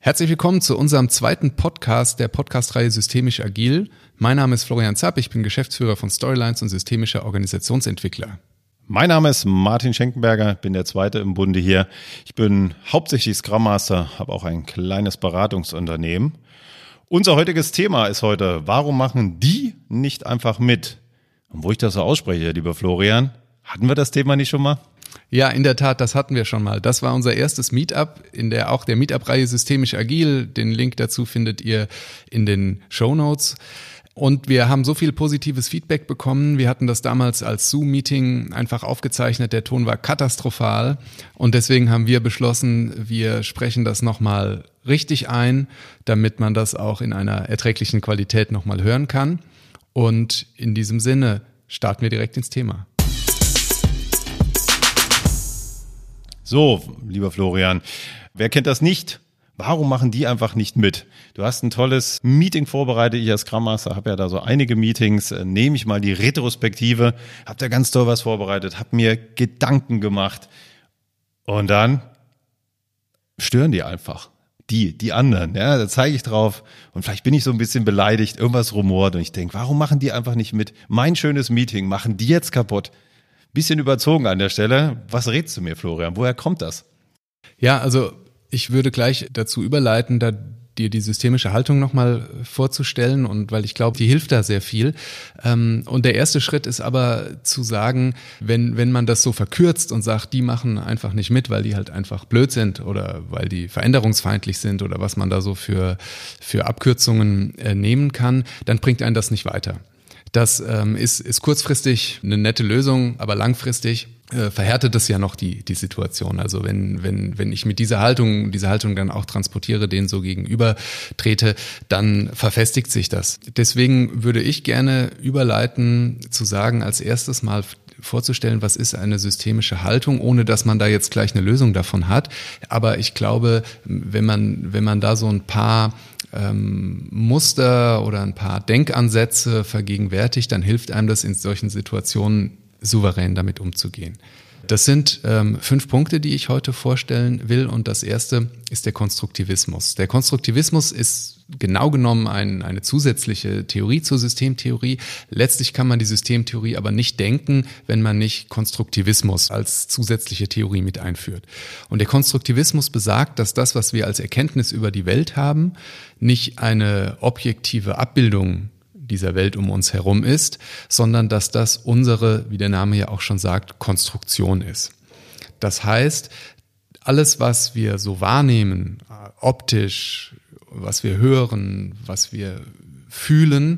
Herzlich willkommen zu unserem zweiten Podcast der Podcast-Reihe Systemisch Agil. Mein Name ist Florian Zapp, ich bin Geschäftsführer von Storylines und systemischer Organisationsentwickler. Mein Name ist Martin Schenkenberger, bin der Zweite im Bunde hier. Ich bin hauptsächlich Scrum Master, habe auch ein kleines Beratungsunternehmen. Unser heutiges Thema ist heute, warum machen die nicht einfach mit? Und wo ich das so ausspreche, lieber Florian, hatten wir das Thema nicht schon mal? Ja, in der Tat, das hatten wir schon mal. Das war unser erstes Meetup in der auch der Meetup-Reihe Systemisch Agil. Den Link dazu findet ihr in den Shownotes. Und wir haben so viel positives Feedback bekommen. Wir hatten das damals als Zoom-Meeting einfach aufgezeichnet. Der Ton war katastrophal. Und deswegen haben wir beschlossen, wir sprechen das nochmal richtig ein, damit man das auch in einer erträglichen Qualität nochmal hören kann. Und in diesem Sinne starten wir direkt ins Thema. So, lieber Florian, wer kennt das nicht? Warum machen die einfach nicht mit? Du hast ein tolles Meeting vorbereitet. Ich als Scrum Master habe ja da so einige Meetings. Nehme ich mal die Retrospektive, habe da ganz toll was vorbereitet, habe mir Gedanken gemacht. Und dann stören die einfach. Die anderen, ja, da zeige ich drauf. Und vielleicht bin ich so ein bisschen beleidigt, irgendwas rumort. Und ich denke, warum machen die einfach nicht mit? Mein schönes Meeting machen die jetzt kaputt. Bisschen überzogen an der Stelle. Was rätst du mir, Florian? Woher kommt das? Ja, also ich würde gleich dazu überleiten, da dir die systemische Haltung nochmal vorzustellen, und weil ich glaube, die hilft da sehr viel. Und der erste Schritt ist aber zu sagen, wenn man das so verkürzt und sagt, die machen einfach nicht mit, weil die halt einfach blöd sind oder weil die veränderungsfeindlich sind oder was man da so für Abkürzungen nehmen kann, dann bringt einen das nicht weiter. Das ist kurzfristig eine nette Lösung, aber langfristig verhärtet es ja noch die Situation. Also wenn ich mit dieser Haltung dann auch transportiere, denen so gegenüber trete, dann verfestigt sich das. Deswegen würde ich gerne überleiten, zu sagen, als erstes mal vorzustellen, was ist eine systemische Haltung, ohne dass man da jetzt gleich eine Lösung davon hat. Aber ich glaube, wenn man da so ein paar Muster oder ein paar Denkansätze vergegenwärtigt, dann hilft einem das in solchen Situationen souverän damit umzugehen. Das sind 5 Punkte, die ich heute vorstellen will, und das erste ist der Konstruktivismus. Der Konstruktivismus ist genau genommen eine zusätzliche Theorie zur Systemtheorie. Letztlich kann man die Systemtheorie aber nicht denken, wenn man nicht Konstruktivismus als zusätzliche Theorie mit einführt. Und der Konstruktivismus besagt, dass das, was wir als Erkenntnis über die Welt haben, nicht eine objektive Abbildung dieser Welt um uns herum ist, sondern dass das unsere, wie der Name ja auch schon sagt, Konstruktion ist. Das heißt, alles, was wir so wahrnehmen, optisch, was wir hören, was wir fühlen,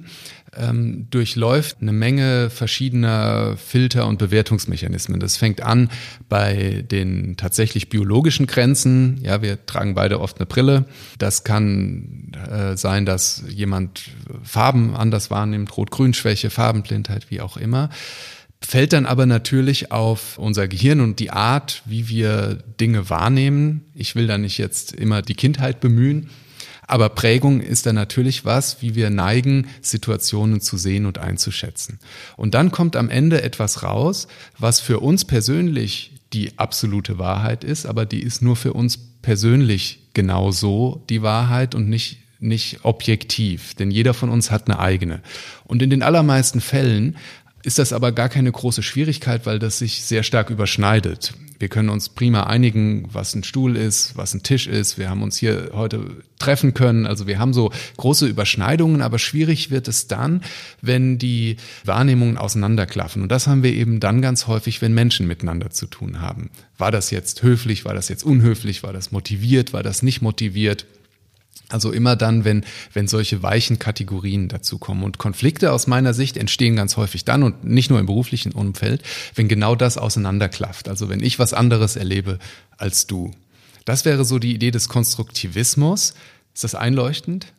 durchläuft eine Menge verschiedener Filter und Bewertungsmechanismen. Das fängt an bei den tatsächlich biologischen Grenzen. Ja, wir tragen beide oft eine Brille. Das kann sein, dass jemand Farben anders wahrnimmt, Rot-Grün-Schwäche, Farbenblindheit, wie auch immer. Fällt dann aber natürlich auf unser Gehirn und die Art, wie wir Dinge wahrnehmen. Ich will da nicht jetzt immer die Kindheit bemühen. Aber Prägung ist dann natürlich was, wie wir neigen, Situationen zu sehen und einzuschätzen. Und dann kommt am Ende etwas raus, was für uns persönlich die absolute Wahrheit ist, aber die ist nur für uns persönlich genauso die Wahrheit und nicht objektiv. Denn jeder von uns hat eine eigene. Und in den allermeisten Fällen ist das aber gar keine große Schwierigkeit, weil das sich sehr stark überschneidet. Wir können uns prima einigen, was ein Stuhl ist, was ein Tisch ist. Wir haben uns hier heute treffen können. Also wir haben so große Überschneidungen, aber schwierig wird es dann, wenn die Wahrnehmungen auseinanderklaffen. Und das haben wir eben dann ganz häufig, wenn Menschen miteinander zu tun haben. War das jetzt höflich? War das jetzt unhöflich? War das motiviert? War das nicht motiviert? Also immer dann, wenn solche weichen Kategorien dazu kommen. Und Konflikte aus meiner Sicht entstehen ganz häufig dann, und nicht nur im beruflichen Umfeld, wenn genau das auseinanderklafft. Also wenn ich was anderes erlebe als du. Das wäre so die Idee des Konstruktivismus. Ist das einleuchtend?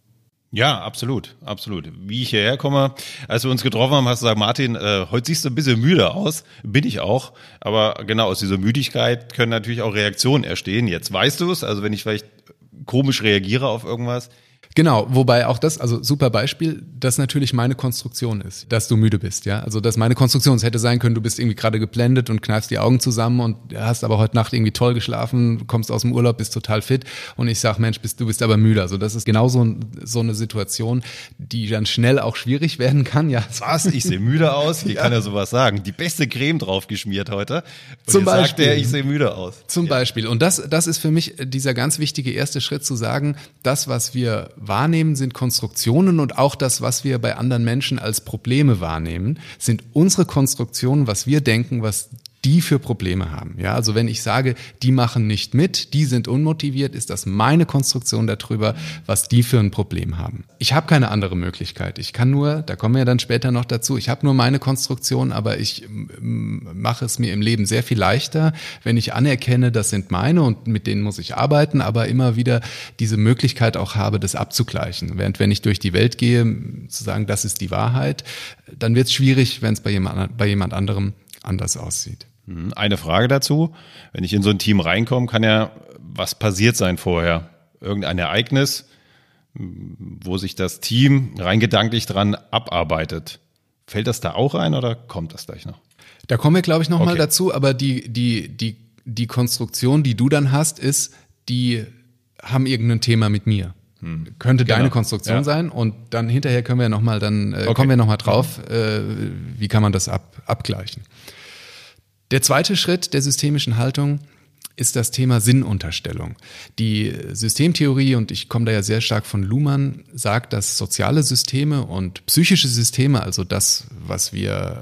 Ja, absolut, absolut. Wie ich hierher komme, als wir uns getroffen haben, hast du gesagt, Martin, heute siehst du ein bisschen müde aus. Bin ich auch. Aber genau, aus dieser Müdigkeit können natürlich auch Reaktionen entstehen. Jetzt weißt du es. Also wenn ich vielleicht komisch reagiere auf irgendwas. Genau, wobei auch das, also super Beispiel, das natürlich meine Konstruktion ist, dass du müde bist, ja. Also das ist meine Konstruktion. Es hätte sein können, du bist irgendwie gerade geblendet und kneifst die Augen zusammen und hast aber heute Nacht irgendwie toll geschlafen, kommst aus dem Urlaub, bist total fit und ich sag, Mensch, du bist aber müde. Also das ist genau so eine Situation, die dann schnell auch schwierig werden kann, ja. Was? Ich sehe müde aus? Wie kann er sowas sagen? Die beste Creme drauf geschmiert heute. Und Zum Beispiel. Sagt er, ich sehe müde aus. Zum Beispiel. Und das ist für mich dieser ganz wichtige erste Schritt zu sagen, das, was wir wahrnehmen, sind Konstruktionen und auch das, was wir bei anderen Menschen als Probleme wahrnehmen, sind unsere Konstruktionen, was wir denken, was die für Probleme haben. Ja, also wenn ich sage, die machen nicht mit, die sind unmotiviert, ist das meine Konstruktion darüber, was die für ein Problem haben. Ich habe keine andere Möglichkeit. Ich kann nur, da kommen wir dann später noch dazu, ich habe nur meine Konstruktion, aber ich mache es mir im Leben sehr viel leichter, wenn ich anerkenne, das sind meine und mit denen muss ich arbeiten, aber immer wieder diese Möglichkeit auch habe, das abzugleichen. Während wenn ich durch die Welt gehe, zu sagen, das ist die Wahrheit, dann wird es schwierig, wenn es bei jemand anderem anders aussieht. Eine Frage dazu. Wenn ich in so ein Team reinkomme, kann ja was passiert sein vorher. Irgendein Ereignis, wo sich das Team rein gedanklich dran abarbeitet. Fällt das da auch rein oder kommt das gleich noch? Da kommen wir, glaube ich, noch mal dazu. Aber die Konstruktion, die du dann hast, ist, die haben irgendein Thema mit mir. Könnte deine Konstruktion sein und dann hinterher können wir noch mal kommen wir noch mal drauf, wie kann man das abgleichen. Der zweite Schritt der systemischen Haltung ist das Thema Sinnunterstellung. Die Systemtheorie, und ich komme da ja sehr stark von Luhmann, sagt, dass soziale Systeme und psychische Systeme, also das, was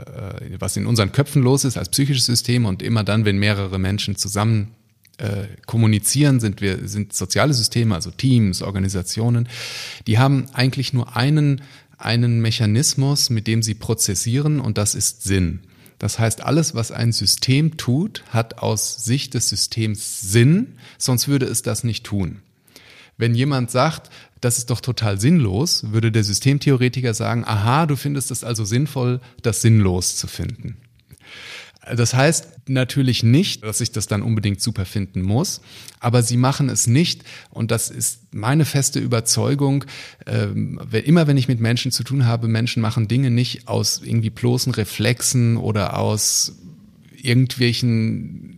in unseren Köpfen los ist als psychische Systeme und immer dann, wenn mehrere Menschen zusammen kommunizieren, sind soziale Systeme, also Teams, Organisationen, die haben eigentlich nur einen Mechanismus, mit dem sie prozessieren, und das ist Sinn. Das heißt, alles, was ein System tut, hat aus Sicht des Systems Sinn, sonst würde es das nicht tun. Wenn jemand sagt, das ist doch total sinnlos, würde der Systemtheoretiker sagen, aha, du findest es also sinnvoll, das sinnlos zu finden. Das heißt natürlich nicht, dass ich das dann unbedingt super finden muss, aber sie machen es nicht, und das ist meine feste Überzeugung, immer wenn ich mit Menschen zu tun habe, Menschen machen Dinge nicht aus irgendwie bloßen Reflexen oder aus irgendwelchen,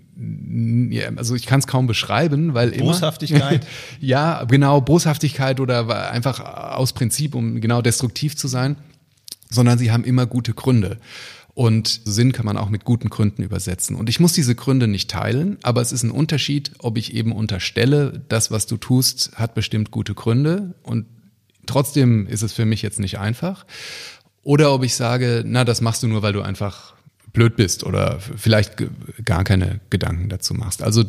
also ich kann es kaum beschreiben, weil immer Boshaftigkeit? Ja, genau, Boshaftigkeit oder einfach aus Prinzip, um genau destruktiv zu sein, sondern sie haben immer gute Gründe. Und Sinn kann man auch mit guten Gründen übersetzen. Und ich muss diese Gründe nicht teilen, aber es ist ein Unterschied, ob ich eben unterstelle, das, was du tust, hat bestimmt gute Gründe und trotzdem ist es für mich jetzt nicht einfach. Oder ob ich sage, na, das machst du nur, weil du einfach blöd bist oder vielleicht gar keine Gedanken dazu machst. Also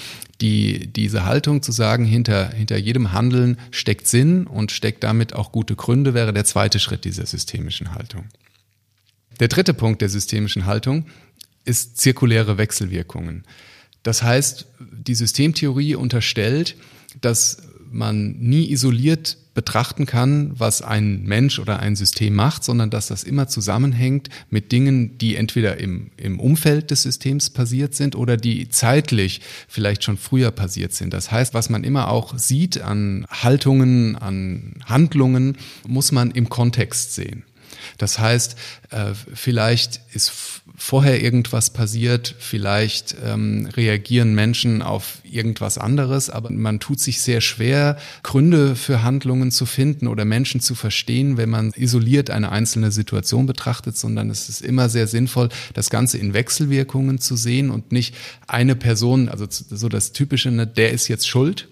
diese Haltung zu sagen, hinter jedem Handeln steckt Sinn und steckt damit auch gute Gründe, wäre der zweite Schritt dieser systemischen Haltung. Der dritte Punkt der systemischen Haltung ist zirkuläre Wechselwirkungen. Das heißt, die Systemtheorie unterstellt, dass man nie isoliert betrachten kann, was ein Mensch oder ein System macht, sondern dass das immer zusammenhängt mit Dingen, die entweder im Umfeld des Systems passiert sind oder die zeitlich vielleicht schon früher passiert sind. Das heißt, was man immer auch sieht an Haltungen, an Handlungen, muss man im Kontext sehen. Das heißt, vielleicht ist vorher irgendwas passiert, vielleicht reagieren Menschen auf irgendwas anderes, aber man tut sich sehr schwer, Gründe für Handlungen zu finden oder Menschen zu verstehen, wenn man isoliert eine einzelne Situation betrachtet, sondern es ist immer sehr sinnvoll, das Ganze in Wechselwirkungen zu sehen und nicht eine Person, also so das Typische, ne, der ist jetzt schuld.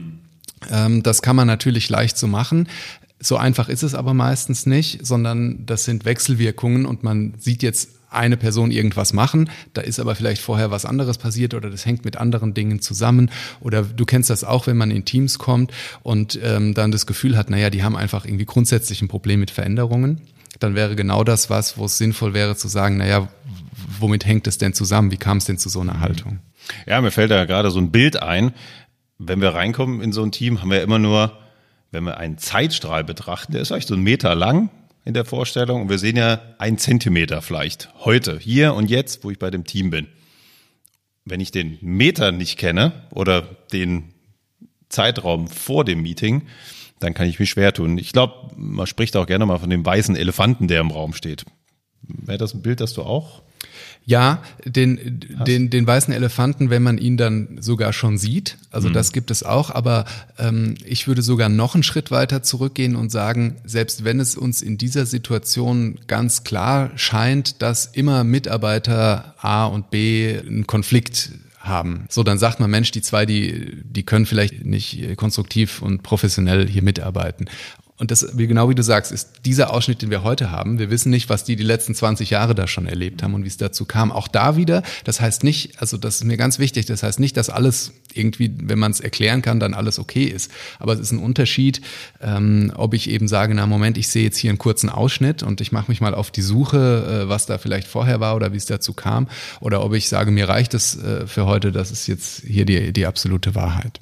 Das kann man natürlich leicht so machen. So einfach ist es aber meistens nicht, sondern das sind Wechselwirkungen und man sieht jetzt eine Person irgendwas machen, da ist aber vielleicht vorher was anderes passiert oder das hängt mit anderen Dingen zusammen oder du kennst das auch, wenn man in Teams kommt und dann das Gefühl hat, naja, die haben einfach irgendwie grundsätzlich ein Problem mit Veränderungen, dann wäre genau das wo es sinnvoll wäre zu sagen, naja, womit hängt es denn zusammen, wie kam es denn zu so einer Haltung? Ja, mir fällt da gerade so ein Bild ein, wenn wir reinkommen in so ein Team, haben wir immer nur, wenn wir einen Zeitstrahl betrachten, der ist vielleicht so 1 Meter lang in der Vorstellung und wir sehen ja 1 Zentimeter vielleicht heute, hier und jetzt, wo ich bei dem Team bin. Wenn ich den Meter nicht kenne oder den Zeitraum vor dem Meeting, dann kann ich mich schwer tun. Ich glaube, man spricht auch gerne mal von dem weißen Elefanten, der im Raum steht. Wäre das ein Bild, das du auch? Ja, den weißen Elefanten, wenn man ihn dann sogar schon sieht, also das gibt es auch, aber ich würde sogar noch einen Schritt weiter zurückgehen und sagen, selbst wenn es uns in dieser Situation ganz klar scheint, dass immer Mitarbeiter A und B einen Konflikt haben. So, dann sagt man, Mensch, die zwei, die können vielleicht nicht konstruktiv und professionell hier mitarbeiten. Und das, genau wie du sagst, ist dieser Ausschnitt, den wir heute haben. Wir wissen nicht, was die letzten 20 Jahre da schon erlebt haben und wie es dazu kam. Auch da wieder, das heißt nicht, also das ist mir ganz wichtig, das heißt nicht, dass alles irgendwie, wenn man es erklären kann, dann alles okay ist. Aber es ist ein Unterschied, ob ich eben sage, na Moment, ich sehe jetzt hier einen kurzen Ausschnitt und ich mache mich mal auf die Suche, was da vielleicht vorher war oder wie es dazu kam. Oder ob ich sage, mir reicht es für heute, das ist jetzt hier die absolute Wahrheit.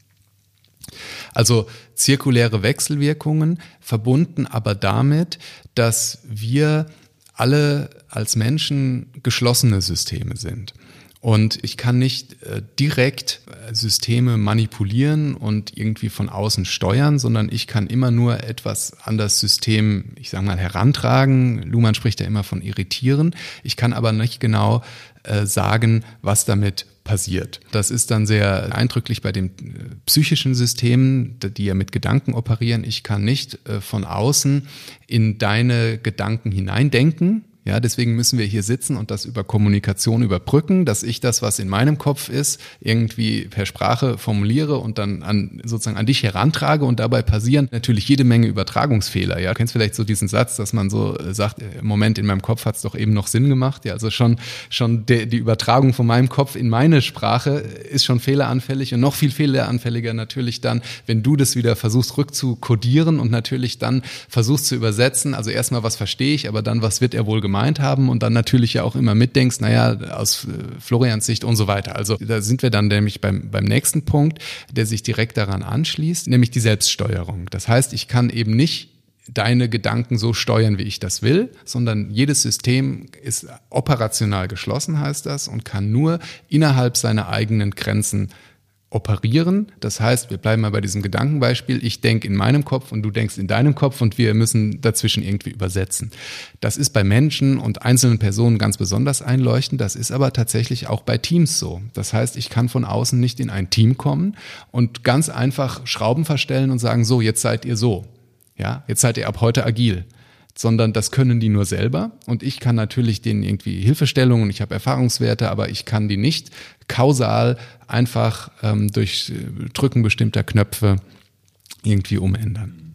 Also zirkuläre Wechselwirkungen, verbunden aber damit, dass wir alle als Menschen geschlossene Systeme sind. Und ich kann nicht direkt Systeme manipulieren und irgendwie von außen steuern, sondern ich kann immer nur etwas an das System, ich sage mal, herantragen. Luhmann spricht ja immer von irritieren. Ich kann aber nicht genau sagen, was damit passiert. Das ist dann sehr eindrücklich bei den psychischen Systemen, die ja mit Gedanken operieren. Ich kann nicht von außen in deine Gedanken hineindenken. Ja, deswegen müssen wir hier sitzen und das über Kommunikation überbrücken, dass ich das, was in meinem Kopf ist, irgendwie per Sprache formuliere und dann sozusagen an dich herantrage, und dabei passieren natürlich jede Menge Übertragungsfehler. Ja, du kennst vielleicht so diesen Satz, dass man so sagt, Moment, in meinem Kopf hat es doch eben noch Sinn gemacht. Ja, also schon die Übertragung von meinem Kopf in meine Sprache ist schon fehleranfällig, und noch viel fehleranfälliger natürlich dann, wenn du das wieder versuchst rückzukodieren und natürlich dann versuchst zu übersetzen. Also erstmal, was verstehe ich, aber dann, was wird er wohl gemeint haben, und dann natürlich ja auch immer mitdenkst, naja, aus Florians Sicht und so weiter. Also da sind wir dann nämlich beim nächsten Punkt, der sich direkt daran anschließt, nämlich die Selbststeuerung. Das heißt, ich kann eben nicht deine Gedanken so steuern, wie ich das will, sondern jedes System ist operational geschlossen, heißt das, und kann nur innerhalb seiner eigenen Grenzen operieren. Das heißt, wir bleiben mal bei diesem Gedankenbeispiel. Ich denke in meinem Kopf und du denkst in deinem Kopf, und wir müssen dazwischen irgendwie übersetzen. Das ist bei Menschen und einzelnen Personen ganz besonders einleuchtend. Das ist aber tatsächlich auch bei Teams so. Das heißt, ich kann von außen nicht in ein Team kommen und ganz einfach Schrauben verstellen und sagen, so, jetzt seid ihr so. Ja, jetzt seid ihr ab heute agil. Sondern das können die nur selber, und ich kann natürlich denen irgendwie Hilfestellungen, ich habe Erfahrungswerte, aber ich kann die nicht kausal einfach durch Drücken bestimmter Knöpfe irgendwie umändern.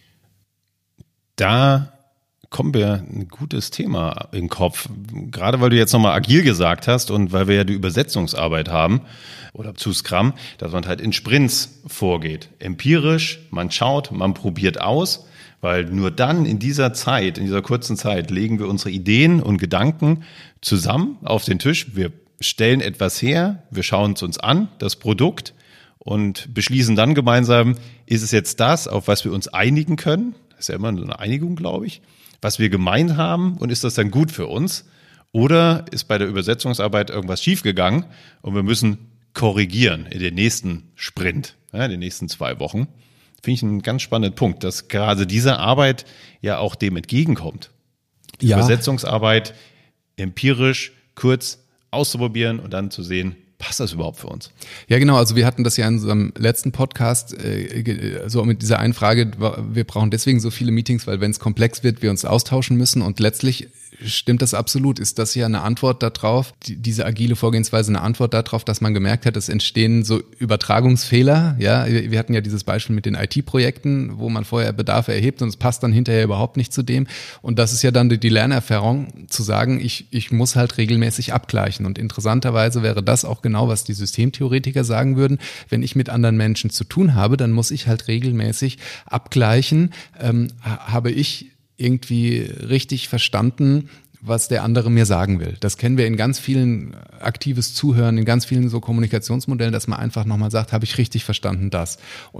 Da kommen wir ein gutes Thema in den Kopf, gerade weil du jetzt nochmal agil gesagt hast und weil wir ja die Übersetzungsarbeit haben oder zu Scrum, dass man halt in Sprints vorgeht. Empirisch, man schaut, man probiert aus. Weil nur dann in dieser Zeit, in dieser kurzen Zeit, legen wir unsere Ideen und Gedanken zusammen auf den Tisch. Wir stellen etwas her, wir schauen es uns an, das Produkt, und beschließen dann gemeinsam, ist es jetzt das, auf was wir uns einigen können? Das ist ja immer so eine Einigung, glaube ich. Was wir gemeint haben, und ist das dann gut für uns? Oder ist bei der Übersetzungsarbeit irgendwas schiefgegangen und wir müssen korrigieren in den nächsten Sprint, in den nächsten 2 Wochen? Finde ich einen ganz spannenden Punkt, dass gerade diese Arbeit ja auch dem entgegenkommt. Ja. Übersetzungsarbeit empirisch kurz auszuprobieren und dann zu sehen, passt das überhaupt für uns? Ja, genau. Also wir hatten das ja in unserem letzten Podcast so mit dieser einen Frage, wir brauchen deswegen so viele Meetings, weil wenn es komplex wird, wir uns austauschen müssen, und letztlich stimmt das absolut. Ist das ja eine Antwort darauf, diese agile Vorgehensweise eine Antwort darauf, dass man gemerkt hat, es entstehen so Übertragungsfehler. Ja, wir hatten ja dieses Beispiel mit den IT-Projekten, wo man vorher Bedarfe erhebt und es passt dann hinterher überhaupt nicht zu dem. Und das ist ja dann die Lernerfahrung, zu sagen, ich muss halt regelmäßig abgleichen. Und interessanterweise wäre das auch genau, was die Systemtheoretiker sagen würden. Wenn ich mit anderen Menschen zu tun habe, dann muss ich halt regelmäßig abgleichen. Habe ich irgendwie richtig verstanden, was der andere mir sagen will. Das kennen wir in ganz vielen aktives Zuhören, in ganz vielen so Kommunikationsmodellen, dass man einfach nochmal sagt, habe ich richtig verstanden das? Und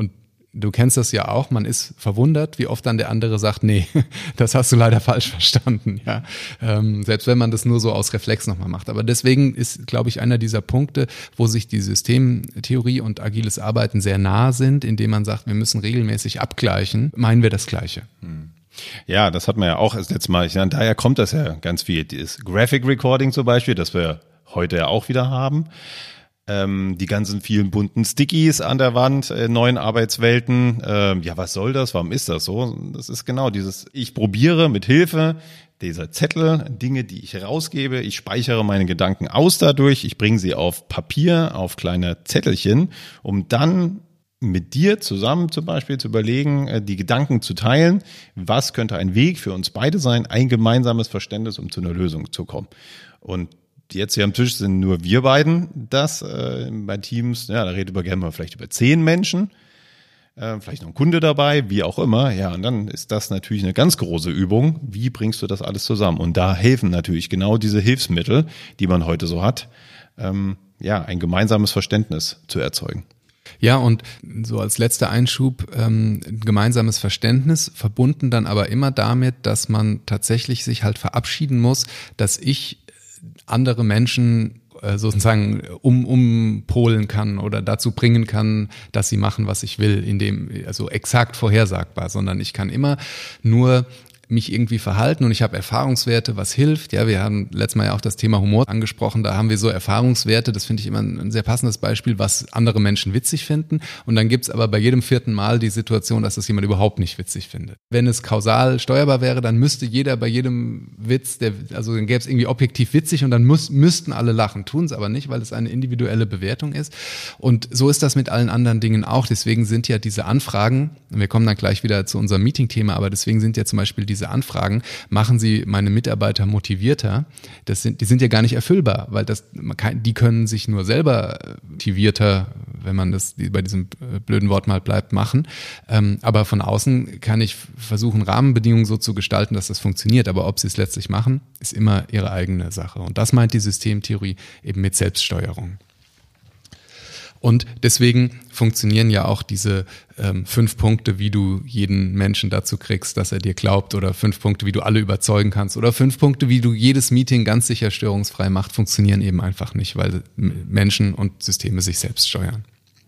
du kennst das ja auch, man ist verwundert, wie oft dann der andere sagt, nee, das hast du leider falsch verstanden. Ja, selbst wenn man das nur so aus Reflex nochmal macht. Aber deswegen ist, glaube ich, einer dieser Punkte, wo sich die Systemtheorie und agiles Arbeiten sehr nah sind, indem man sagt, wir müssen regelmäßig abgleichen, meinen wir das Gleiche. Ja, das hat man ja auch das letzte Mal. Daher kommt das ja ganz viel. Das Graphic Recording zum Beispiel, das wir heute ja auch wieder haben. Die ganzen vielen bunten Stickies an der Wand, neuen Arbeitswelten. Ja, was soll das? Warum ist das so? Das ist genau dieses, ich probiere mit Hilfe dieser Zettel Dinge, die ich rausgebe. Ich speichere meine Gedanken aus dadurch. Ich bringe sie auf Papier, auf kleine Zettelchen, um dann mit dir zusammen zum Beispiel zu überlegen, die Gedanken zu teilen. Was könnte ein Weg für uns beide sein? Ein gemeinsames Verständnis, um zu einer Lösung zu kommen. Und jetzt hier am Tisch sind nur wir beiden, das bei Teams, ja, da redet man gerne mal vielleicht über 10 Menschen, vielleicht noch ein Kunde dabei, wie auch immer. Ja, und dann ist das natürlich eine ganz große Übung. Wie bringst du das alles zusammen? Und da helfen natürlich genau diese Hilfsmittel, die man heute so hat, ja, ein gemeinsames Verständnis zu erzeugen. Ja, und so als letzter Einschub, gemeinsames Verständnis, verbunden dann aber immer damit, dass man tatsächlich sich halt verabschieden muss, dass ich andere Menschen sozusagen umpolen kann oder dazu bringen kann, dass sie machen, was ich will, also exakt vorhersagbar, sondern ich kann immer nur mich irgendwie verhalten und ich habe Erfahrungswerte, was hilft. Ja, wir haben letztes Mal ja auch das Thema Humor angesprochen, da haben wir so Erfahrungswerte, das finde ich immer ein sehr passendes Beispiel, was andere Menschen witzig finden, und dann gibt's aber bei jedem 4. Mal die Situation, dass das jemand überhaupt nicht witzig findet. Wenn es kausal steuerbar wäre, dann müsste jeder bei jedem Witz, also dann gäbe es irgendwie objektiv witzig und dann müssten alle lachen, tun es aber nicht, weil es eine individuelle Bewertung ist, und so ist das mit allen anderen Dingen auch. Deswegen sind ja diese Anfragen, und wir kommen dann gleich wieder zu unserem Meeting-Thema, aber deswegen sind ja zum Beispiel diese Anfragen, machen Sie meine Mitarbeiter motivierter, die sind ja gar nicht erfüllbar, weil die können sich nur selber motivierter, wenn man das bei diesem blöden Wort mal bleibt, machen. Aber von außen kann ich versuchen, Rahmenbedingungen so zu gestalten, dass das funktioniert. Aber ob sie es letztlich machen, ist immer ihre eigene Sache. Und das meint die Systemtheorie eben mit Selbststeuerung. Und deswegen funktionieren ja auch diese 5 Punkte, wie du jeden Menschen dazu kriegst, dass er dir glaubt, oder 5 Punkte, wie du alle überzeugen kannst, oder 5 Punkte, wie du jedes Meeting ganz sicher störungsfrei machst, funktionieren eben einfach nicht, weil Menschen und Systeme sich selbst steuern.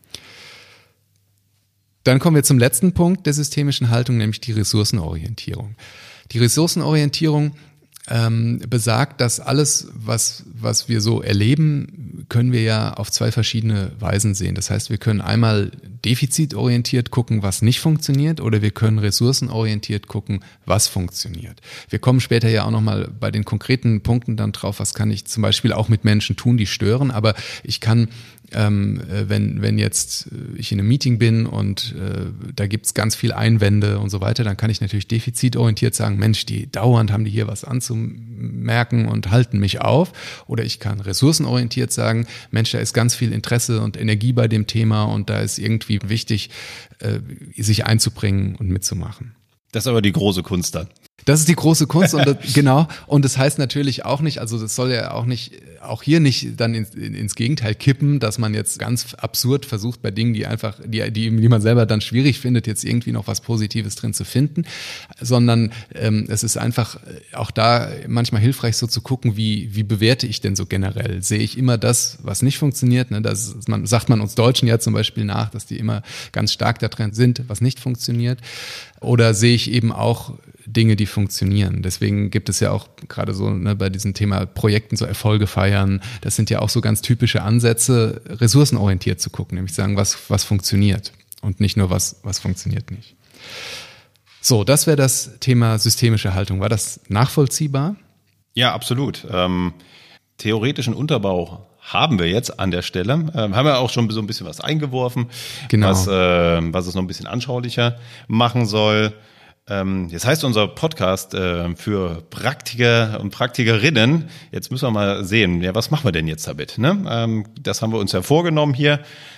Dann kommen wir zum letzten Punkt der systemischen Haltung, nämlich die Ressourcenorientierung. Die Ressourcenorientierung besagt, dass alles, was wir so erleben, können wir ja auf 2 verschiedene Weisen sehen. Das heißt, wir können einmal defizitorientiert gucken, was nicht funktioniert, oder wir können ressourcenorientiert gucken, was funktioniert. Wir kommen später ja auch nochmal bei den konkreten Punkten dann drauf, was kann ich zum Beispiel auch mit Menschen tun, die stören, aber ich kann wenn jetzt ich in einem Meeting bin und da gibt's ganz viel Einwände und so weiter, dann kann ich natürlich defizitorientiert sagen, Mensch, dauernd haben die hier was anzumerken und halten mich auf. Oder ich kann ressourcenorientiert sagen, Mensch, da ist ganz viel Interesse und Energie bei dem Thema und da ist irgendwie wichtig, sich einzubringen und mitzumachen. Das ist aber die große Kunst dann. Das ist die große Kunst und genau. Und das heißt natürlich auch nicht, also das soll ja auch hier nicht dann ins Gegenteil kippen, dass man jetzt ganz absurd versucht, bei Dingen, die man selber dann schwierig findet, jetzt irgendwie noch was Positives drin zu finden, sondern es ist einfach auch da manchmal hilfreich, so zu gucken, wie bewerte ich denn so generell? Sehe ich immer das, was nicht funktioniert? Ne? Sagt man uns Deutschen ja zum Beispiel nach, dass die immer ganz stark da drin sind, was nicht funktioniert. Oder sehe ich eben auch Dinge, die funktionieren. Deswegen gibt es ja auch gerade so bei diesem Thema Projekten so Erfolge feiern. Das sind ja auch so ganz typische Ansätze, ressourcenorientiert zu gucken, nämlich sagen, was funktioniert und nicht nur was funktioniert nicht. So, das wäre das Thema systemische Haltung. War das nachvollziehbar? Ja, absolut. Theoretischen Unterbau haben wir jetzt an der Stelle. Haben wir auch schon so ein bisschen was eingeworfen, genau, was es noch ein bisschen anschaulicher machen soll. Jetzt heißt unser Podcast für Praktiker und Praktikerinnen, jetzt müssen wir mal sehen, ja, was machen wir denn jetzt damit? Ne? Das haben wir uns ja vorgenommen hier.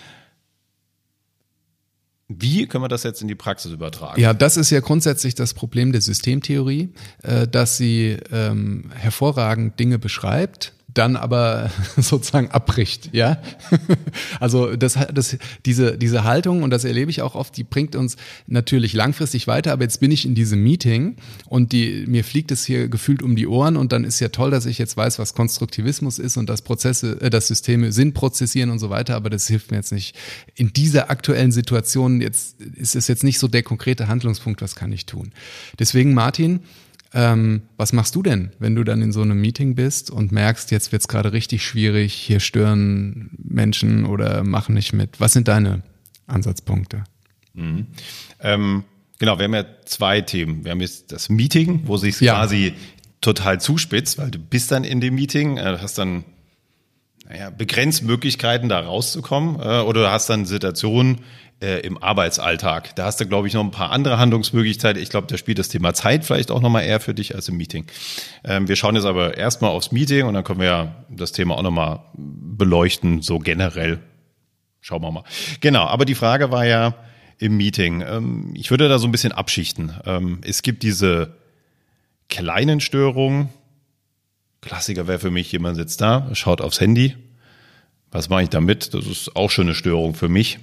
Wie können wir das jetzt in die Praxis übertragen? Ja, das ist ja grundsätzlich das Problem der Systemtheorie, dass sie hervorragend Dinge beschreibt, dann aber sozusagen abbricht, ja. Also diese Haltung, und das erlebe ich auch oft, die bringt uns natürlich langfristig weiter, aber jetzt bin ich in diesem Meeting und mir fliegt es hier gefühlt um die Ohren und dann ist ja toll, dass ich jetzt weiß, was Konstruktivismus ist und dass Systeme Sinn prozessieren und so weiter, aber das hilft mir jetzt nicht. In dieser aktuellen Situation jetzt ist es jetzt nicht so der konkrete Handlungspunkt, was kann ich tun. Deswegen, Martin, was machst du denn, wenn du dann in so einem Meeting bist und merkst, jetzt wird's gerade richtig schwierig, hier stören Menschen oder machen nicht mit? Was sind deine Ansatzpunkte? Mhm. Genau, wir haben ja 2 Themen. Wir haben jetzt das Meeting, wo sich quasi total zuspitzt, weil du bist dann in dem Meeting, hast dann begrenzt Möglichkeiten, da rauszukommen, oder du hast dann Situationen im Arbeitsalltag. Da hast du, glaube ich, noch ein paar andere Handlungsmöglichkeiten. Ich glaube, da spielt das Thema Zeit vielleicht auch nochmal eher für dich als im Meeting. Wir schauen jetzt aber erstmal aufs Meeting und dann können wir ja das Thema auch nochmal beleuchten, so generell. Schauen wir mal. Genau, aber die Frage war ja im Meeting. Ich würde da so ein bisschen abschichten. Es gibt diese kleinen Störungen. Klassiker wäre für mich, jemand sitzt da, schaut aufs Handy. Was mache ich damit? Das ist auch schon eine Störung für mich.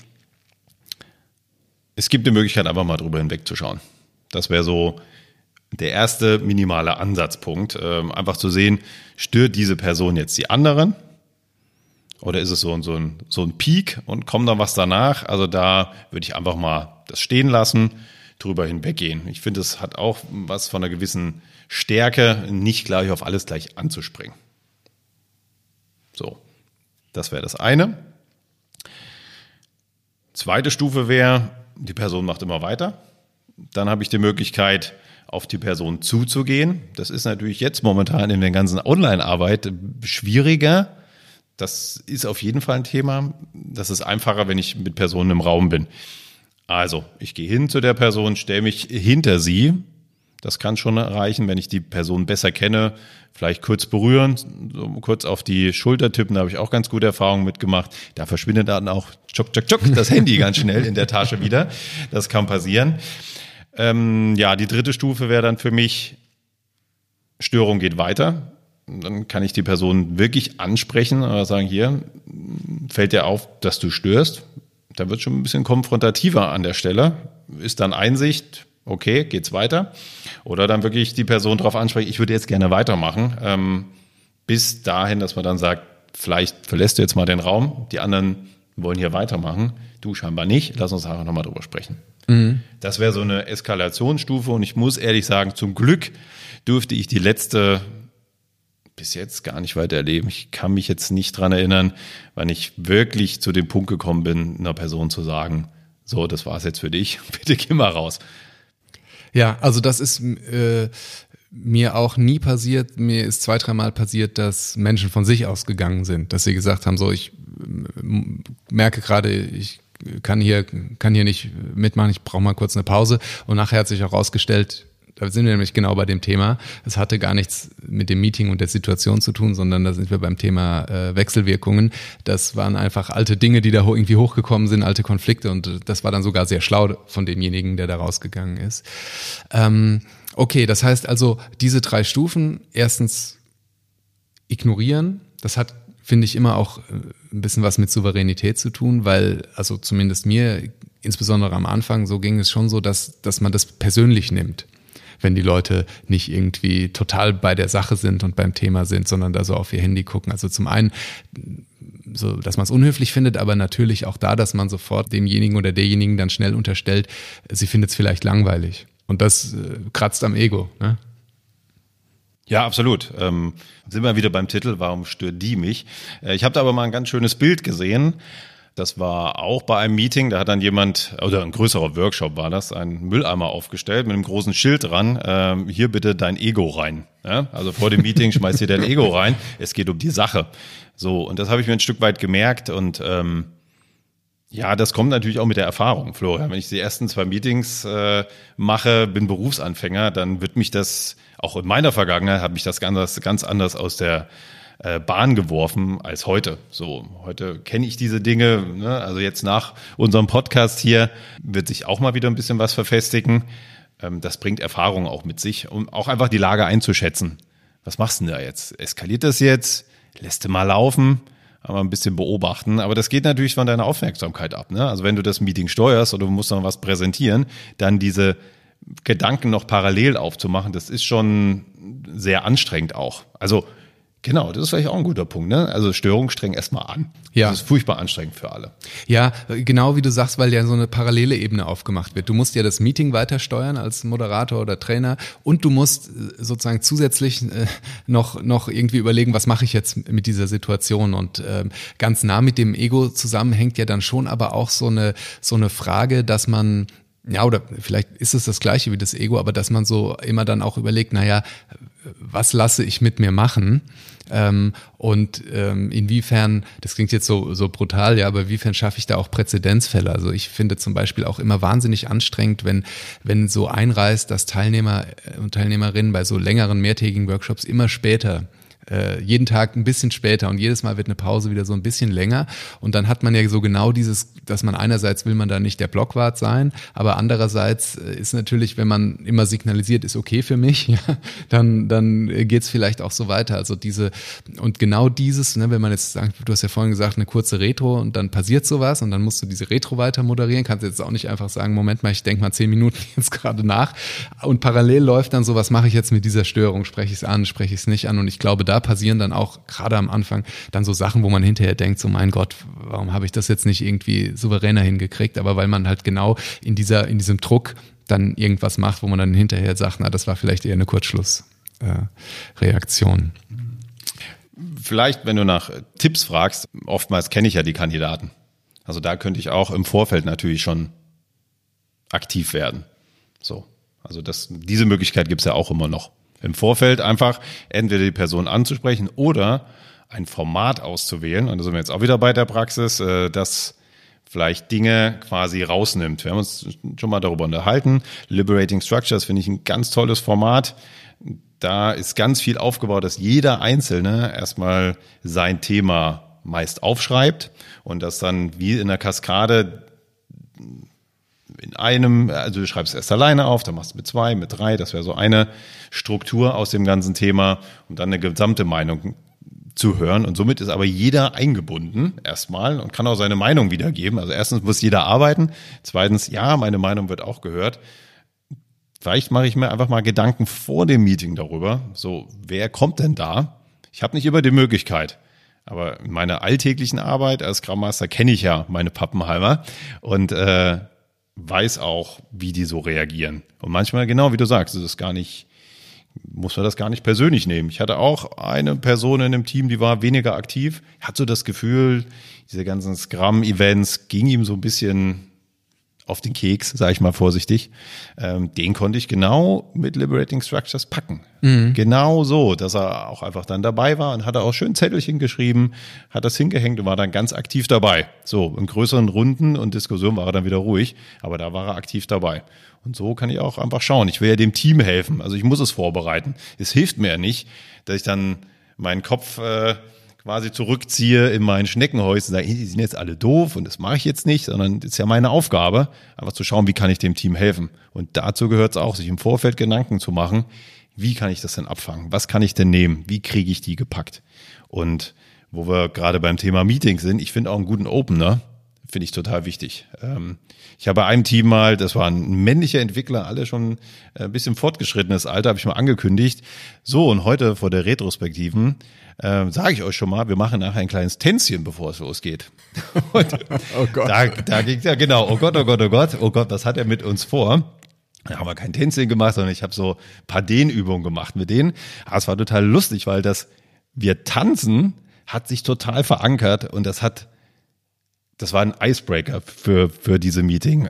Es gibt die Möglichkeit, einfach mal drüber hinwegzuschauen. Das wäre so der erste minimale Ansatzpunkt. Einfach zu sehen, stört diese Person jetzt die anderen? Oder ist es so ein Peak und kommt dann was danach? Also da würde ich einfach mal das stehen lassen, drüber hinweggehen. Ich finde, es hat auch was von einer gewissen Stärke, nicht gleich auf alles gleich anzuspringen. So, das wäre das eine. Zweite Stufe wäre, die Person macht immer weiter. Dann habe ich die Möglichkeit, auf die Person zuzugehen. Das ist natürlich jetzt momentan in der ganzen Online-Arbeit schwieriger. Das ist auf jeden Fall ein Thema. Das ist einfacher, wenn ich mit Personen im Raum bin. Also, ich gehe hin zu der Person, stelle mich hinter sie. Das kann schon reichen, wenn ich die Person besser kenne. Vielleicht kurz berühren, so kurz auf die Schulter tippen, da habe ich auch ganz gute Erfahrungen mitgemacht. Da verschwindet dann auch das Handy ganz schnell in der Tasche wieder. Das kann passieren. Die dritte Stufe wäre dann für mich, Störung geht weiter. Dann kann ich die Person wirklich ansprechen oder sagen, hier, fällt dir auf, dass du störst. Da wird schon ein bisschen konfrontativer an der Stelle. Ist dann Einsicht, okay, geht's weiter. Oder dann wirklich die Person darauf ansprechen, ich würde jetzt gerne weitermachen. Bis dahin, dass man dann sagt, vielleicht verlässt du jetzt mal den Raum, die anderen wollen hier weitermachen, du scheinbar nicht, lass uns einfach nochmal drüber sprechen. Mhm. Das wäre so eine Eskalationsstufe und ich muss ehrlich sagen, zum Glück durfte ich die letzte bis jetzt gar nicht weiter erleben. Ich kann mich jetzt nicht dran erinnern, wann ich wirklich zu dem Punkt gekommen bin, einer Person zu sagen, so, das war's jetzt für dich, bitte geh mal raus. Ja, also das ist mir auch nie passiert. Mir ist 2-3 Mal passiert, dass Menschen von sich aus gegangen sind, dass sie gesagt haben, so, ich merke gerade, ich kann hier nicht mitmachen, ich brauche mal kurz eine Pause. Und nachher hat sich herausgestellt, da sind wir nämlich genau bei dem Thema, es hatte gar nichts mit dem Meeting und der Situation zu tun, sondern da sind wir beim Thema Wechselwirkungen. Das waren einfach alte Dinge, die da irgendwie hochgekommen sind, alte Konflikte, und das war dann sogar sehr schlau von demjenigen, der da rausgegangen ist. Okay, das heißt also, diese 3 Stufen, erstens ignorieren, das hat, finde ich, immer auch ein bisschen was mit Souveränität zu tun, weil, also zumindest mir, insbesondere am Anfang, so ging es schon so, dass man das persönlich nimmt, wenn die Leute nicht irgendwie total bei der Sache sind und beim Thema sind, sondern da so auf ihr Handy gucken. Also zum einen, so, dass man es unhöflich findet, aber natürlich auch da, dass man sofort demjenigen oder derjenigen dann schnell unterstellt, sie findet es vielleicht langweilig. Und das kratzt am Ego, ne? Ja, absolut. Sind wir wieder beim Titel, warum stört die mich? Ich habe da aber mal ein ganz schönes Bild gesehen. Das war auch bei einem Meeting, da hat dann jemand, oder ein größerer Workshop war das, einen Mülleimer aufgestellt mit einem großen Schild dran, hier bitte dein Ego rein. Ja? Also vor dem Meeting schmeißt hier dein Ego rein, es geht um die Sache. So, und das habe ich mir ein Stück weit gemerkt und ja, das kommt natürlich auch mit der Erfahrung, Florian. Wenn ich die ersten 2 Meetings mache, bin Berufsanfänger, dann wird mich das, auch in meiner Vergangenheit, hat mich das ganz anders aus der Bahn geworfen als heute. So, heute kenne ich diese Dinge, ne? Also jetzt nach unserem Podcast hier wird sich auch mal wieder ein bisschen was verfestigen. Das bringt Erfahrung auch mit sich, um auch einfach die Lage einzuschätzen. Was machst du denn da jetzt? Eskaliert das jetzt? lässt du mal laufen, aber ein bisschen beobachten. Aber das geht natürlich von deiner Aufmerksamkeit ab. Ne? Also wenn du das Meeting steuerst oder du musst noch was präsentieren, dann diese Gedanken noch parallel aufzumachen, das ist schon sehr anstrengend auch. Also genau, das ist vielleicht auch ein guter Punkt. Ne? Also Störungen strengen erstmal an. Ja. Das ist furchtbar anstrengend für alle. Ja, genau wie du sagst, weil ja so eine parallele Ebene aufgemacht wird. Du musst ja das Meeting weiter steuern als Moderator oder Trainer und du musst sozusagen zusätzlich noch irgendwie überlegen, was mache ich jetzt mit dieser Situation, und ganz nah mit dem Ego zusammenhängt ja dann schon aber auch so eine Frage, dass man, ja, oder vielleicht ist es das Gleiche wie das Ego, aber dass man so immer dann auch überlegt, naja, was lasse ich mit mir machen? Inwiefern, das klingt jetzt so brutal, ja, aber inwiefern schaffe ich da auch Präzedenzfälle? Also ich finde zum Beispiel auch immer wahnsinnig anstrengend, wenn so einreißt, dass Teilnehmer und Teilnehmerinnen bei so längeren, mehrtägigen Workshops immer später, jeden Tag ein bisschen später, und jedes Mal wird eine Pause wieder so ein bisschen länger, und dann hat man ja so genau dieses, dass man einerseits will man da nicht der Blockwart sein, aber andererseits ist natürlich, wenn man immer signalisiert, ist okay für mich, ja, dann geht's vielleicht auch so weiter. Also genau dieses, ne, wenn man jetzt sagt, du hast ja vorhin gesagt, eine kurze Retro und dann passiert sowas und dann musst du diese Retro weiter moderieren, kannst du jetzt auch nicht einfach sagen, Moment mal, ich denke mal 10 Minuten jetzt gerade nach, und parallel läuft dann so, was mache ich jetzt mit dieser Störung, spreche ich es an, spreche ich es nicht an, und ich glaube, da passieren dann auch gerade am Anfang dann so Sachen, wo man hinterher denkt, so mein Gott, warum habe ich das jetzt nicht irgendwie souveräner hingekriegt, aber weil man halt genau in diesem Druck dann irgendwas macht, wo man dann hinterher sagt, na, das war vielleicht eher eine Kurzschlussreaktion. Vielleicht, wenn du nach Tipps fragst, oftmals kenne ich ja die Kandidaten. Also da könnte ich auch im Vorfeld natürlich schon aktiv werden. So, also diese Möglichkeit gibt es ja auch immer noch. Im Vorfeld einfach entweder die Person anzusprechen oder ein Format auszuwählen. Und da sind wir jetzt auch wieder bei der Praxis, das vielleicht Dinge quasi rausnimmt. Wir haben uns schon mal darüber unterhalten. Liberating Structures finde ich ein ganz tolles Format. Da ist ganz viel aufgebaut, dass jeder Einzelne erstmal sein Thema meist aufschreibt und das dann wie in der Kaskade also du schreibst erst alleine auf, dann machst du mit 2, mit 3, das wäre so eine Struktur aus dem ganzen Thema, um dann eine gesamte Meinung zu hören. Und somit ist aber jeder eingebunden erstmal und kann auch seine Meinung wiedergeben. Also erstens muss jeder arbeiten, zweitens, ja, meine Meinung wird auch gehört. Vielleicht mache ich mir einfach mal Gedanken vor dem Meeting darüber, so, wer kommt denn da? Ich habe nicht immer die Möglichkeit. Aber in meiner alltäglichen Arbeit als Scrum Master kenne ich ja meine Pappenheimer und weiß auch, wie die so reagieren. Und manchmal, genau wie du sagst, muss man das gar nicht persönlich nehmen. Ich hatte auch eine Person in dem Team, die war weniger aktiv, hat so das Gefühl, diese ganzen Scrum-Events ging ihm so ein bisschen auf den Keks, sage ich mal vorsichtig. Den konnte ich genau mit Liberating Structures packen. Mhm. Genau so, dass er auch einfach dann dabei war und hat auch schön Zettelchen geschrieben, hat das hingehängt und war dann ganz aktiv dabei. So, in größeren Runden und Diskussionen war er dann wieder ruhig, aber da war er aktiv dabei. Und so kann ich auch einfach schauen. Ich will ja dem Team helfen, also ich muss es vorbereiten. Es hilft mir ja nicht, dass ich dann meinen Kopf quasi zurückziehe in mein Schneckenhäuschen und sage, die sind jetzt alle doof und das mache ich jetzt nicht, sondern das ist ja meine Aufgabe, einfach zu schauen, wie kann ich dem Team helfen. Und dazu gehört es auch, sich im Vorfeld Gedanken zu machen, wie kann ich das denn abfangen? Was kann ich denn nehmen? Wie kriege ich die gepackt? Und wo wir gerade beim Thema Meetings sind, ich finde auch einen guten Opener, finde ich total wichtig. Ich habe bei einem Team mal, das war ein männlicher Entwickler, alle schon ein bisschen fortgeschrittenes Alter, habe ich mal angekündigt. So, und heute vor der Retrospektiven sage ich euch schon mal, wir machen nachher ein kleines Tänzchen, bevor es losgeht. Und oh Gott. Da ging ja genau, oh Gott, was hat er mit uns vor? Da haben wir kein Tänzchen gemacht, sondern ich habe so ein paar Dehnübungen gemacht mit denen. Aber es war total lustig, weil wir tanzen hat sich total verankert und das war ein Icebreaker für diese Meetings.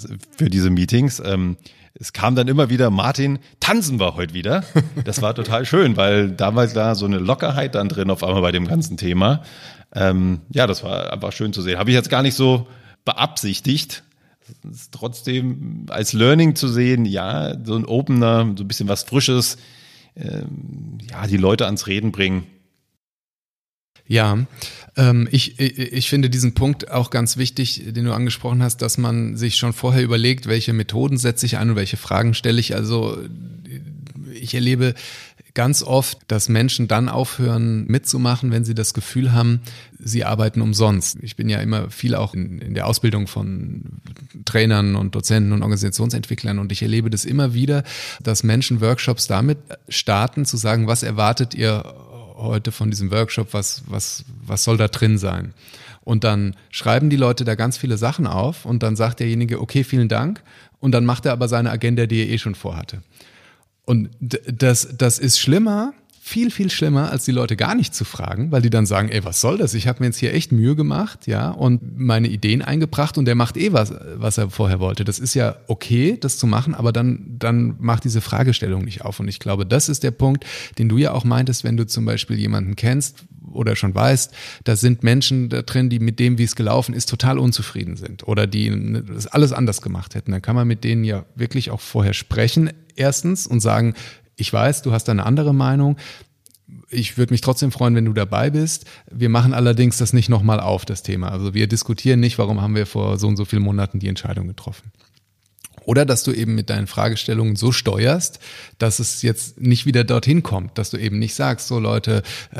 Es kam dann immer wieder, Martin, tanzen wir heute wieder. Das war total schön, weil damals da so eine Lockerheit dann drin auf einmal bei dem ganzen Thema. Das war einfach schön zu sehen. Habe ich jetzt gar nicht so beabsichtigt. Es ist trotzdem als Learning zu sehen, ja, so ein Opener, so ein bisschen was Frisches, die Leute ans Reden bringen. Ja, ich finde diesen Punkt auch ganz wichtig, den du angesprochen hast, dass man sich schon vorher überlegt, welche Methoden setze ich ein und welche Fragen stelle ich. Also ich erlebe ganz oft, dass Menschen dann aufhören mitzumachen, wenn sie das Gefühl haben, sie arbeiten umsonst. Ich bin ja immer viel auch in der Ausbildung von Trainern und Dozenten und Organisationsentwicklern und ich erlebe das immer wieder, dass Menschen Workshops damit starten, zu sagen, was erwartet ihr heute von diesem Workshop, was soll da drin sein? Und dann schreiben die Leute da ganz viele Sachen auf und dann sagt derjenige, okay, vielen Dank. Und dann macht er aber seine Agenda, die er schon vorhatte. Und das ist schlimmer, viel, viel schlimmer, als die Leute gar nicht zu fragen, weil die dann sagen, ey, was soll das? Ich habe mir jetzt hier echt Mühe gemacht, ja, und meine Ideen eingebracht und der macht was er vorher wollte. Das ist ja okay, das zu machen, aber dann macht diese Fragestellung nicht auf. Und ich glaube, das ist der Punkt, den du ja auch meintest, wenn du zum Beispiel jemanden kennst oder schon weißt, da sind Menschen da drin, die mit dem, wie es gelaufen ist, total unzufrieden sind oder die das alles anders gemacht hätten. Dann kann man mit denen ja wirklich auch vorher sprechen, erstens, und sagen, ich weiß, du hast da eine andere Meinung. Ich würde mich trotzdem freuen, wenn du dabei bist. Wir machen allerdings das nicht nochmal auf, das Thema. Also wir diskutieren nicht, warum haben wir vor so und so vielen Monaten die Entscheidung getroffen. Oder dass du eben mit deinen Fragestellungen so steuerst, dass es jetzt nicht wieder dorthin kommt, dass du eben nicht sagst, so Leute,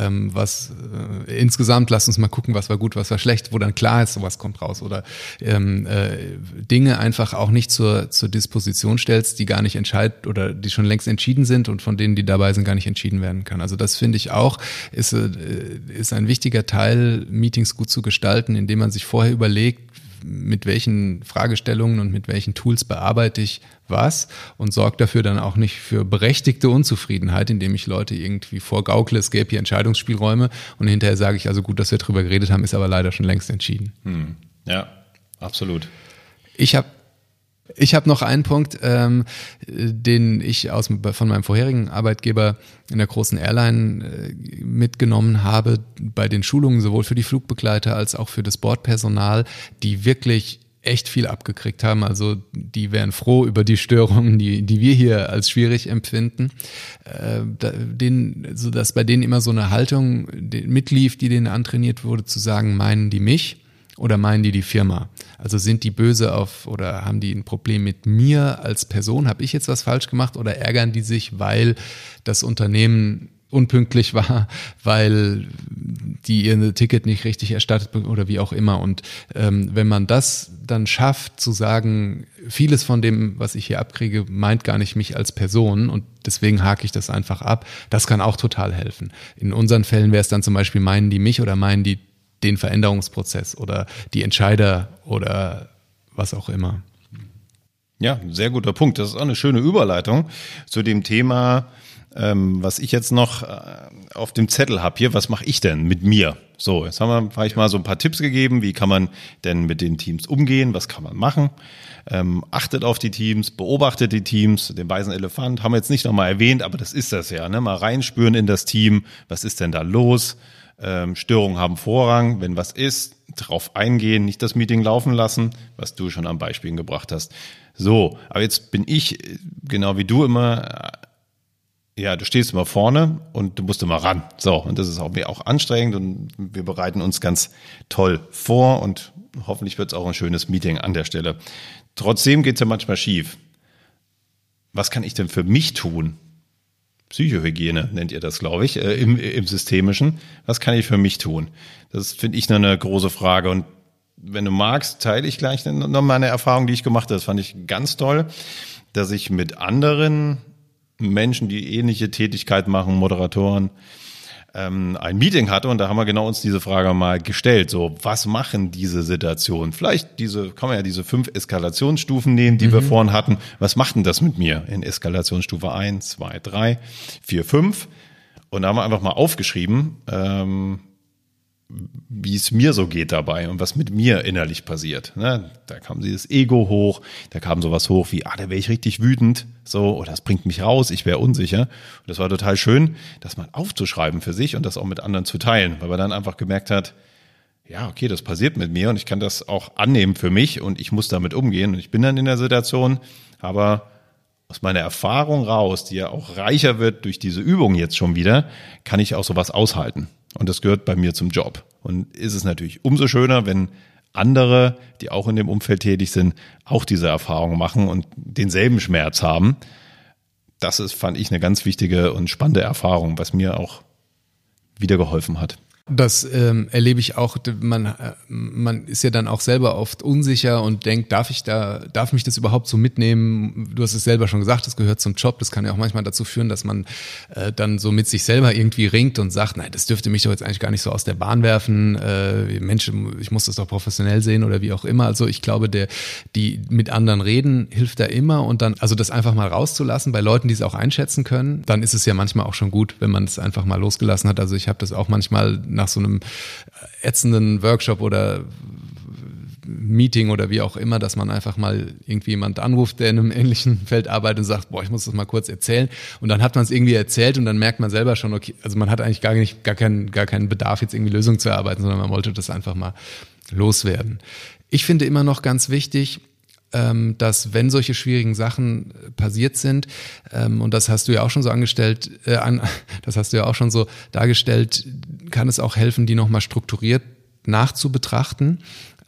insgesamt lass uns mal gucken, was war gut, was war schlecht, wo dann klar ist, sowas kommt raus. Oder Dinge einfach auch nicht zur Disposition stellst, die gar nicht entscheidet oder die schon längst entschieden sind und von denen, die dabei sind, gar nicht entschieden werden kann. Also das finde ich auch, ist ein wichtiger Teil, Meetings gut zu gestalten, indem man sich vorher überlegt, mit welchen Fragestellungen und mit welchen Tools bearbeite ich was und sorge dafür dann auch nicht für berechtigte Unzufriedenheit, indem ich Leute irgendwie vorgaukle, es gäbe hier Entscheidungsspielräume und hinterher sage ich, also gut, dass wir drüber geredet haben, ist aber leider schon längst entschieden. Ja, absolut. Ich hab noch einen Punkt, den ich von meinem vorherigen Arbeitgeber in der großen Airline mitgenommen habe, bei den Schulungen sowohl für die Flugbegleiter als auch für das Bordpersonal, die wirklich echt viel abgekriegt haben. Also die wären froh über die Störungen, die wir hier als schwierig empfinden, sodass bei denen immer so eine Haltung mitlief, die denen antrainiert wurde, zu sagen, meinen die mich? Oder meinen die Firma? Also sind die böse oder haben die ein Problem mit mir als Person? Habe ich jetzt was falsch gemacht oder ärgern die sich, weil das Unternehmen unpünktlich war, weil die ihr Ticket nicht richtig erstattet oder wie auch immer. Und wenn man das dann schafft, zu sagen, vieles von dem, was ich hier abkriege, meint gar nicht mich als Person und deswegen hake ich das einfach ab, das kann auch total helfen. In unseren Fällen wäre es dann zum Beispiel, meinen die mich oder meinen die den Veränderungsprozess oder die Entscheider oder was auch immer. Ja, sehr guter Punkt. Das ist auch eine schöne Überleitung zu dem Thema, was ich jetzt noch auf dem Zettel habe hier. Was mache ich denn mit mir? So, jetzt habe ich mal so ein paar Tipps gegeben. Wie kann man denn mit den Teams umgehen? Was kann man machen? Achtet auf die Teams, beobachtet die Teams. Den weißen Elefant haben wir jetzt nicht nochmal erwähnt, aber das ist das ja. Ne? Mal reinspüren in das Team. Was ist denn da los? Störungen haben Vorrang. Wenn was ist, drauf eingehen, nicht das Meeting laufen lassen, was du schon am Beispielen gebracht hast. So, aber jetzt bin ich, genau wie du immer, du stehst immer vorne und du musst immer ran. So, und das ist auch anstrengend und wir bereiten uns ganz toll vor und hoffentlich wird es auch ein schönes Meeting an der Stelle. Trotzdem geht es ja manchmal schief. Was kann ich denn für mich tun? Psychohygiene nennt ihr das, glaube ich, im Systemischen. Was kann ich für mich tun? Das finde ich eine große Frage. Und wenn du magst, teile ich gleich noch meine Erfahrung, die ich gemacht habe. Das fand ich ganz toll, dass ich mit anderen Menschen, die ähnliche Tätigkeit machen, Moderatoren, ein Meeting hatte und da haben wir genau uns diese Frage mal gestellt. So, was machen diese Situationen? Vielleicht kann man ja diese 5 Eskalationsstufen nehmen, die wir vorhin hatten. Was macht denn das mit mir in Eskalationsstufe 1, 2, 3, 4, 5? Und da haben wir einfach mal aufgeschrieben, wie es mir so geht dabei und was mit mir innerlich passiert. Ne? Da kam dieses Ego hoch, da kam sowas hoch wie, da wäre ich richtig wütend, so, oder das bringt mich raus, ich wäre unsicher. Und das war total schön, das mal aufzuschreiben für sich und das auch mit anderen zu teilen, weil man dann einfach gemerkt hat, ja, okay, das passiert mit mir und ich kann das auch annehmen für mich und ich muss damit umgehen und ich bin dann in der Situation, aber aus meiner Erfahrung raus, die ja auch reicher wird durch diese Übung jetzt schon wieder, kann ich auch sowas aushalten. Und das gehört bei mir zum Job. Und ist es natürlich umso schöner, wenn andere, die auch in dem Umfeld tätig sind, auch diese Erfahrung machen und denselben Schmerz haben. das fand ich eine ganz wichtige und spannende Erfahrung, was mir auch wieder geholfen hat. Das erlebe ich auch. Man ist ja dann auch selber oft unsicher und denkt, darf mich das überhaupt so mitnehmen? Du hast es selber schon gesagt, das gehört zum Job. Das kann ja auch manchmal dazu führen, dass man dann so mit sich selber irgendwie ringt und sagt, nein, das dürfte mich doch jetzt eigentlich gar nicht so aus der Bahn werfen. Mensch, ich muss das doch professionell sehen oder wie auch immer. Also ich glaube, die mit anderen reden hilft da immer und dann, also das einfach mal rauszulassen bei Leuten, die es auch einschätzen können, dann ist es ja manchmal auch schon gut, wenn man es einfach mal losgelassen hat. Also ich habe das auch manchmal nach so einem ätzenden Workshop oder Meeting oder wie auch immer, dass man einfach mal irgendwie jemand anruft, der in einem ähnlichen Feld arbeitet und sagt, boah, ich muss das mal kurz erzählen. Und dann hat man es irgendwie erzählt und dann merkt man selber schon, okay, also man hat eigentlich gar keinen Bedarf, jetzt irgendwie Lösungen zu erarbeiten, sondern man wollte das einfach mal loswerden. Ich finde immer noch ganz wichtig, dass wenn solche schwierigen Sachen passiert sind, und das hast du ja auch schon so das hast du ja auch schon so dargestellt, kann es auch helfen, die nochmal strukturiert nachzubetrachten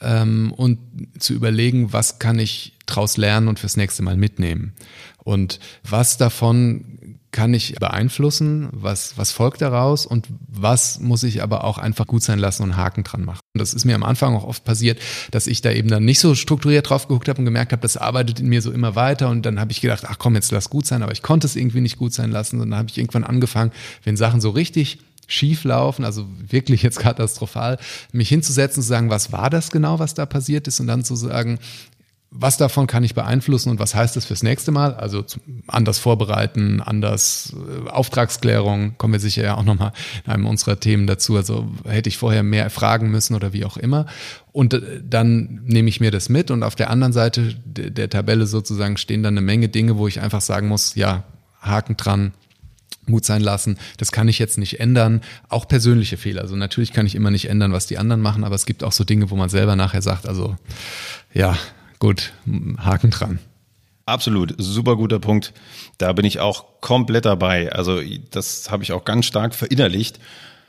und zu überlegen, was kann ich draus lernen und fürs nächste Mal mitnehmen. Und was davon kann ich beeinflussen, was folgt daraus und was muss ich aber auch einfach gut sein lassen und einen Haken dran machen. Und das ist mir am Anfang auch oft passiert, dass ich da eben dann nicht so strukturiert drauf geguckt habe und gemerkt habe, das arbeitet in mir so immer weiter und dann habe ich gedacht, ach komm, jetzt lass gut sein, aber ich konnte es irgendwie nicht gut sein lassen und dann habe ich irgendwann angefangen, wenn Sachen so richtig schief laufen, also wirklich jetzt katastrophal, mich hinzusetzen und zu sagen, was war das genau, was da passiert ist und dann zu sagen, was davon kann ich beeinflussen und was heißt das fürs nächste Mal? Also anders vorbereiten, anders Auftragsklärung, kommen wir sicher ja auch nochmal in einem unserer Themen dazu. Also hätte ich vorher mehr fragen müssen oder wie auch immer. Und dann nehme ich mir das mit und auf der anderen Seite der Tabelle sozusagen stehen dann eine Menge Dinge, wo ich einfach sagen muss, ja, Haken dran, Mut sein lassen, das kann ich jetzt nicht ändern. Auch persönliche Fehler. Also natürlich kann ich immer nicht ändern, was die anderen machen, aber es gibt auch so Dinge, wo man selber nachher sagt, also ja, gut, Haken dran. Absolut, super guter Punkt. Da bin ich auch komplett dabei. Also das habe ich auch ganz stark verinnerlicht.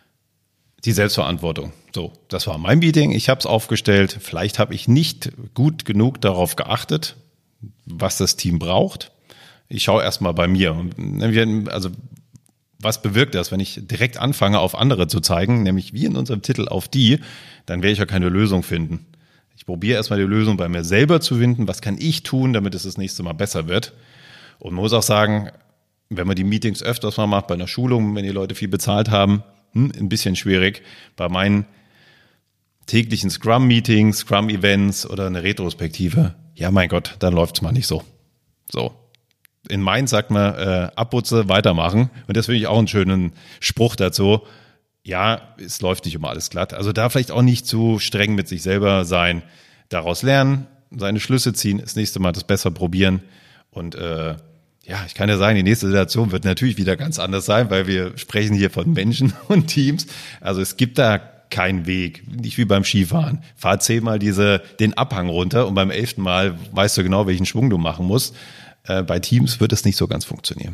Die Selbstverantwortung. So, das war mein Meeting. Ich habe es aufgestellt. Vielleicht habe ich nicht gut genug darauf geachtet, was das Team braucht. Ich schaue erstmal bei mir. Also was bewirkt das, wenn ich direkt anfange, auf andere zu zeigen, nämlich wie in unserem Titel auf die, dann werde ich ja keine Lösung finden. Ich probiere erstmal die Lösung bei mir selber zu finden. Was kann ich tun, damit es das nächste Mal besser wird? Und man muss auch sagen, wenn man die Meetings öfters mal macht, bei einer Schulung, wenn die Leute viel bezahlt haben, ein bisschen schwierig. Bei meinen täglichen Scrum-Meetings, Scrum-Events oder eine Retrospektive, ja mein Gott, dann läuft's mal nicht so. So. In Mainz sagt man, Abputze, weitermachen. Und das finde ich auch einen schönen Spruch dazu. Ja, es läuft nicht immer alles glatt. Also da vielleicht auch nicht zu streng mit sich selber sein. Daraus lernen, seine Schlüsse ziehen, das nächste Mal das besser probieren. Und ja, ich kann ja sagen, die nächste Situation wird natürlich wieder ganz anders sein, weil wir sprechen hier von Menschen und Teams. Also es gibt da keinen Weg, nicht wie beim Skifahren. Fahr 10-mal den Abhang runter und beim 11. Mal weißt du genau, welchen Schwung du machen musst. Bei Teams wird es nicht so ganz funktionieren.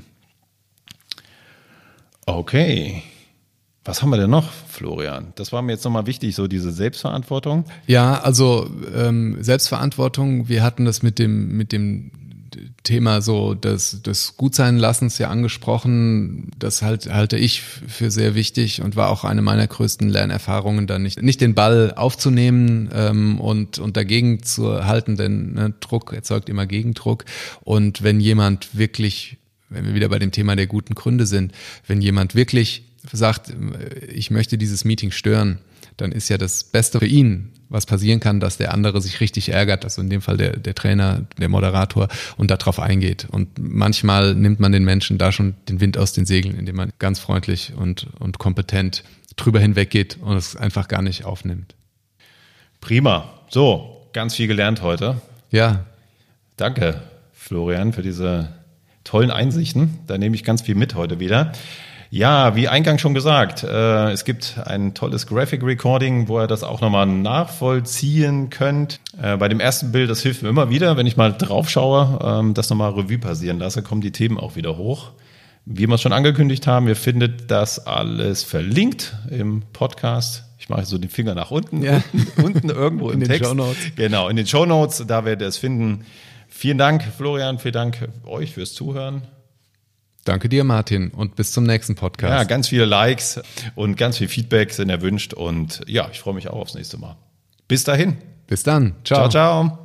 Okay. Was haben wir denn noch, Florian? Das war mir jetzt nochmal wichtig, so diese Selbstverantwortung. Ja, also Selbstverantwortung, wir hatten das mit dem Thema so des Gutseinlassens ja angesprochen. Das halte ich für sehr wichtig und war auch eine meiner größten Lernerfahrungen, dann nicht den Ball aufzunehmen und dagegen zu halten, denn Druck erzeugt immer Gegendruck. Und wenn jemand wirklich, wenn wir wieder bei dem Thema der guten Gründe sind, wenn jemand wirklich sagt, ich möchte dieses Meeting stören, dann ist ja das Beste für ihn, was passieren kann, dass der andere sich richtig ärgert, also in dem Fall der Trainer, der Moderator und darauf eingeht. Und manchmal nimmt man den Menschen da schon den Wind aus den Segeln, indem man ganz freundlich und kompetent drüber hinweggeht und es einfach gar nicht aufnimmt. Prima. So, ganz viel gelernt heute. Ja. Danke, Florian, für diese tollen Einsichten. Da nehme ich ganz viel mit heute wieder. Ja, wie eingangs schon gesagt, es gibt ein tolles Graphic Recording, wo ihr das auch nochmal nachvollziehen könnt. Bei dem ersten Bild, das hilft mir immer wieder, wenn ich mal drauf schaue, das nochmal Revue passieren lasse, kommen die Themen auch wieder hoch. Wie wir es schon angekündigt haben, ihr findet das alles verlinkt im Podcast. Ich mache so den Finger nach unten, ja. unten irgendwo im Text. In den Shownotes. Genau, in den Shownotes, da werdet ihr es finden. Vielen Dank, Florian, vielen Dank euch fürs Zuhören. Danke dir, Martin, und bis zum nächsten Podcast. Ja, ganz viele Likes und ganz viel Feedback sind erwünscht und ja, ich freue mich auch aufs nächste Mal. Bis dahin. Bis dann. Ciao. Ciao, ciao.